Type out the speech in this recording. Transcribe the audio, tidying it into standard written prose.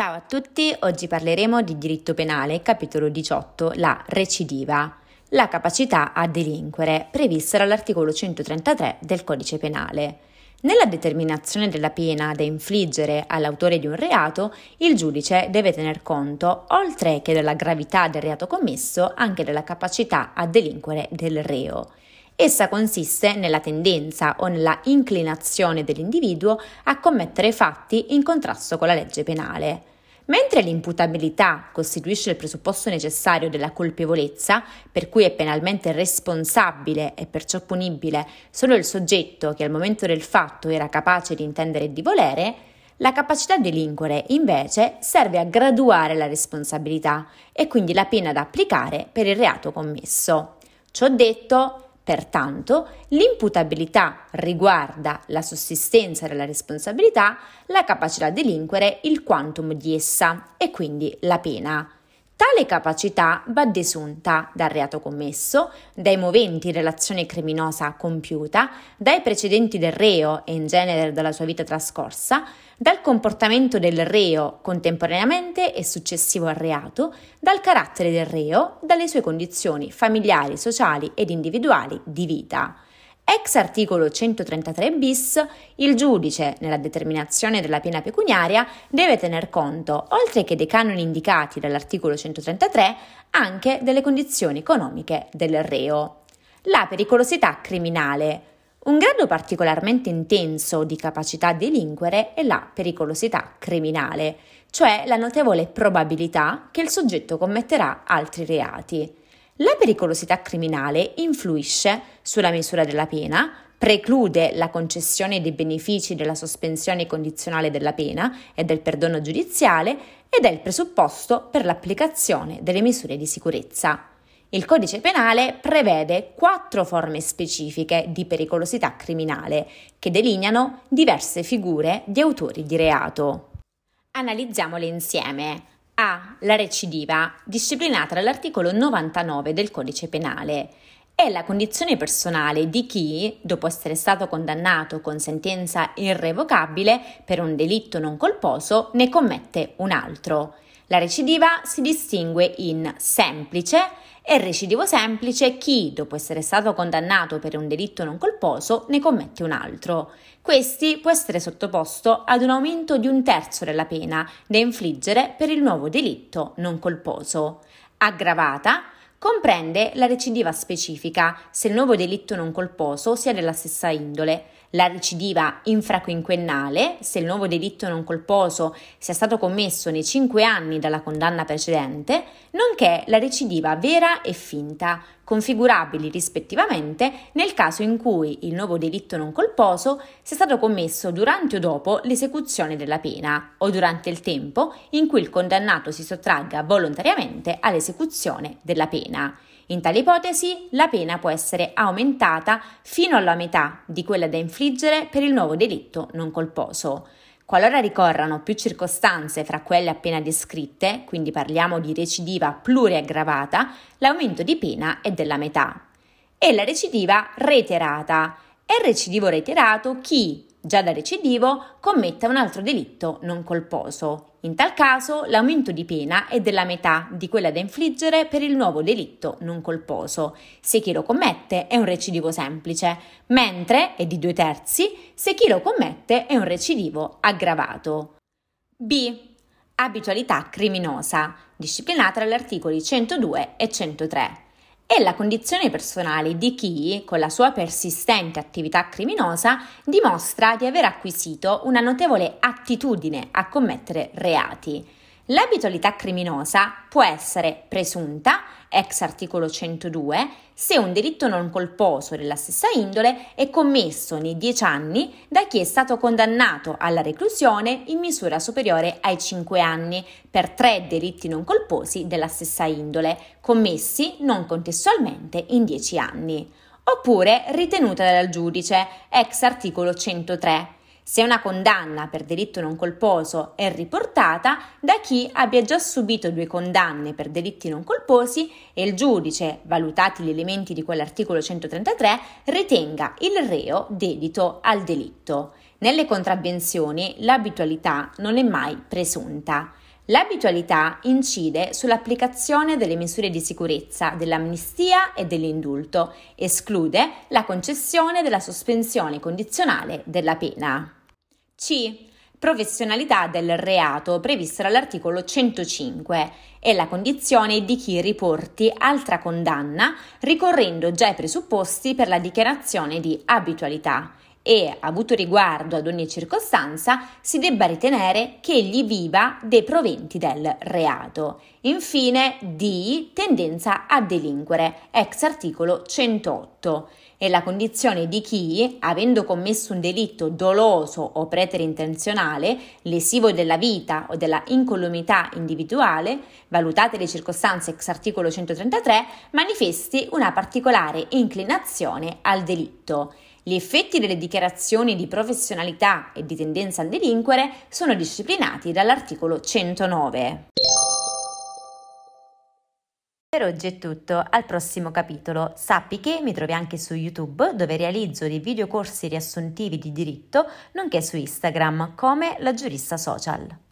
Ciao a tutti, oggi parleremo di diritto penale, capitolo 18, la recidiva, la capacità a delinquere, prevista dall'articolo 133 del Codice Penale. Nella determinazione della pena da infliggere all'autore di un reato, il giudice deve tener conto, oltre che della gravità del reato commesso, anche della capacità a delinquere del reo. Essa consiste nella tendenza o nella inclinazione dell'individuo a commettere fatti in contrasto con la legge penale. Mentre l'imputabilità costituisce il presupposto necessario della colpevolezza, per cui è penalmente responsabile e perciò punibile solo il soggetto che al momento del fatto era capace di intendere e di volere, la capacità di delinquere invece serve a graduare la responsabilità e quindi la pena da applicare per il reato commesso. Ciò detto, pertanto, l'imputabilità riguarda la sussistenza della responsabilità, la capacità di delinquere il quantum di essa e quindi la pena. Tale capacità va desunta dal reato commesso, dai moventi in relazione criminosa compiuta, dai precedenti del reo e in genere dalla sua vita trascorsa, dal comportamento del reo contemporaneamente e successivo al reato, dal carattere del reo, dalle sue condizioni familiari, sociali ed individuali di vita. Ex articolo 133 bis, il giudice, nella determinazione della pena pecuniaria, deve tener conto, oltre che dei canoni indicati dall'articolo 133, anche delle condizioni economiche del reo. La pericolosità criminale. Un grado particolarmente intenso di capacità di delinquere è la pericolosità criminale, cioè la notevole probabilità che il soggetto commetterà altri reati. La pericolosità criminale influisce sulla misura della pena, preclude la concessione dei benefici della sospensione condizionale della pena e del perdono giudiziale ed è il presupposto per l'applicazione delle misure di sicurezza. Il Codice Penale prevede 4 forme specifiche di pericolosità criminale che delineano diverse figure di autori di reato. Analizziamole insieme. A. La recidiva, disciplinata dall'articolo 99 del Codice Penale. È la condizione personale di chi, dopo essere stato condannato con sentenza irrevocabile per un delitto non colposo, ne commette un altro. La recidiva si distingue in semplice e recidivo semplice chi, dopo essere stato condannato per un delitto non colposo, ne commette un altro. Questi può essere sottoposto ad un aumento di 1/3 della pena da infliggere per il nuovo delitto non colposo. Aggravata comprende la recidiva specifica se il nuovo delitto non colposo sia della stessa indole, la recidiva infraquinquennale se il nuovo delitto non colposo sia stato commesso nei 5 anni dalla condanna precedente, nonché la recidiva vera e finta, configurabili rispettivamente nel caso in cui il nuovo delitto non colposo sia stato commesso durante o dopo l'esecuzione della pena o durante il tempo in cui il condannato si sottragga volontariamente all'esecuzione della pena. In tale ipotesi, la pena può essere aumentata fino alla metà di quella da infliggere per il nuovo delitto non colposo. Qualora ricorrano più circostanze fra quelle appena descritte, quindi parliamo di recidiva pluriaggravata, l'aumento di pena è della metà. E la recidiva reiterata. È recidivo reiterato chi, già da recidivo, commetta un altro delitto non colposo. In tal caso l'aumento di pena è della metà di quella da infliggere per il nuovo delitto non colposo, se chi lo commette è un recidivo semplice, mentre è di 2/3 se chi lo commette è un recidivo aggravato. B. Abitualità criminosa, disciplinata dagli articoli 102 e 103. È la condizione personale di chi, con la sua persistente attività criminosa, dimostra di aver acquisito una notevole attitudine a commettere reati. L'abitualità criminosa può essere presunta, ex articolo 102, se un delitto non colposo della stessa indole è commesso nei 10 anni da chi è stato condannato alla reclusione in misura superiore ai 5 anni per 3 delitti non colposi della stessa indole, commessi non contestualmente in 10 anni. Oppure ritenuta dal giudice, ex articolo 103, se una condanna per delitto non colposo è riportata da chi abbia già subito 2 condanne per delitti non colposi e il giudice, valutati gli elementi di quell'articolo 133, ritenga il reo dedito al delitto. Nelle contravvenzioni l'abitualità non è mai presunta. L'abitualità incide sull'applicazione delle misure di sicurezza, dell'amnistia e dell'indulto, esclude la concessione della sospensione condizionale della pena. C. Professionalità del reato prevista dall'articolo 105 è la condizione di chi riporti altra condanna ricorrendo già ai presupposti per la dichiarazione di abitualità e, avuto riguardo ad ogni circostanza, si debba ritenere che egli viva dei proventi del reato. Infine, D. Tendenza a delinquere, ex articolo 108. È la condizione di chi, avendo commesso un delitto doloso o preterintenzionale, lesivo della vita o della incolumità individuale, valutate le circostanze ex articolo 133, manifesti una particolare inclinazione al delitto. Gli effetti delle dichiarazioni di professionalità e di tendenza a delinquere sono disciplinati dall'articolo 109. Per oggi è tutto, al prossimo capitolo. Sappi che mi trovi anche su YouTube, dove realizzo dei videocorsi riassuntivi di diritto, nonché su Instagram come La Giurista Social.